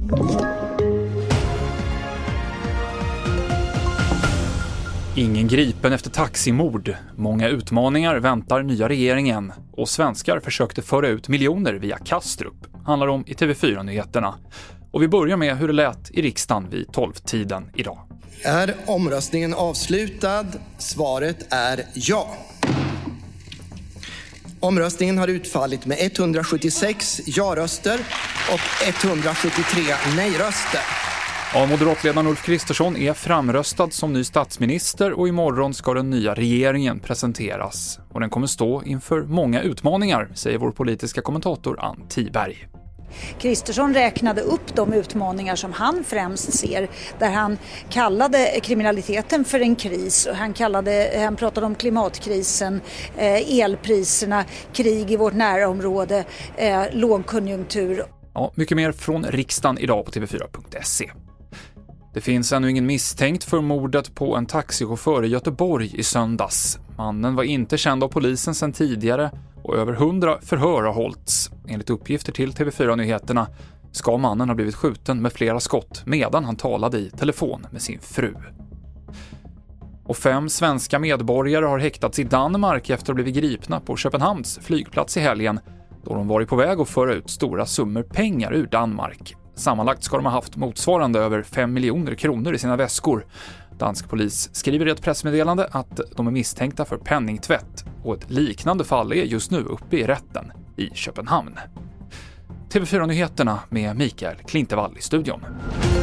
Ingen gripen efter taximord. Många utmaningar väntar nya regeringen. Och svenskar försökte föra ut miljoner via Kastrup. Handlar om i TV4-nyheterna. Och vi börjar med hur det lät i riksdagen vid 12-tiden idag. Är omröstningen avslutad? Svaret är ja. Omröstningen har utfallit med 176 ja-röster och 173 nej-röster. Ja, moderatledaren Ulf Kristersson är framröstad som ny statsminister och imorgon ska den nya regeringen presenteras. Och den kommer stå inför många utmaningar, säger vår politiska kommentator Ann Tiberg. Kristersson räknade upp de utmaningar som han främst ser, där han kallade kriminaliteten för en kris. Han pratade om klimatkrisen, elpriserna, krig i vårt närområde, lågkonjunktur. Ja, mycket mer från riksdagen idag på tv4.se. Det finns ännu ingen misstänkt för mordet på en taxichaufför i Göteborg i söndags. Mannen var inte känd av polisen sedan tidigare och över 100 förhör har hållits. Enligt uppgifter till TV4-nyheterna ska mannen ha blivit skjuten med flera skott medan han talade i telefon med sin fru. Och 5 svenska medborgare har häktats i Danmark efter att ha blivit gripna på Köpenhamns flygplats i helgen, då de varit på väg att föra ut stora summor pengar ur Danmark. Sammanlagt ska de ha haft motsvarande över 5 miljoner kronor i sina väskor. Dansk polis skriver i ett pressmeddelande att de är misstänkta för penningtvätt och ett liknande fall är just nu uppe i rätten i Köpenhamn. TV4-nyheterna med Mikael Klintevall i studion.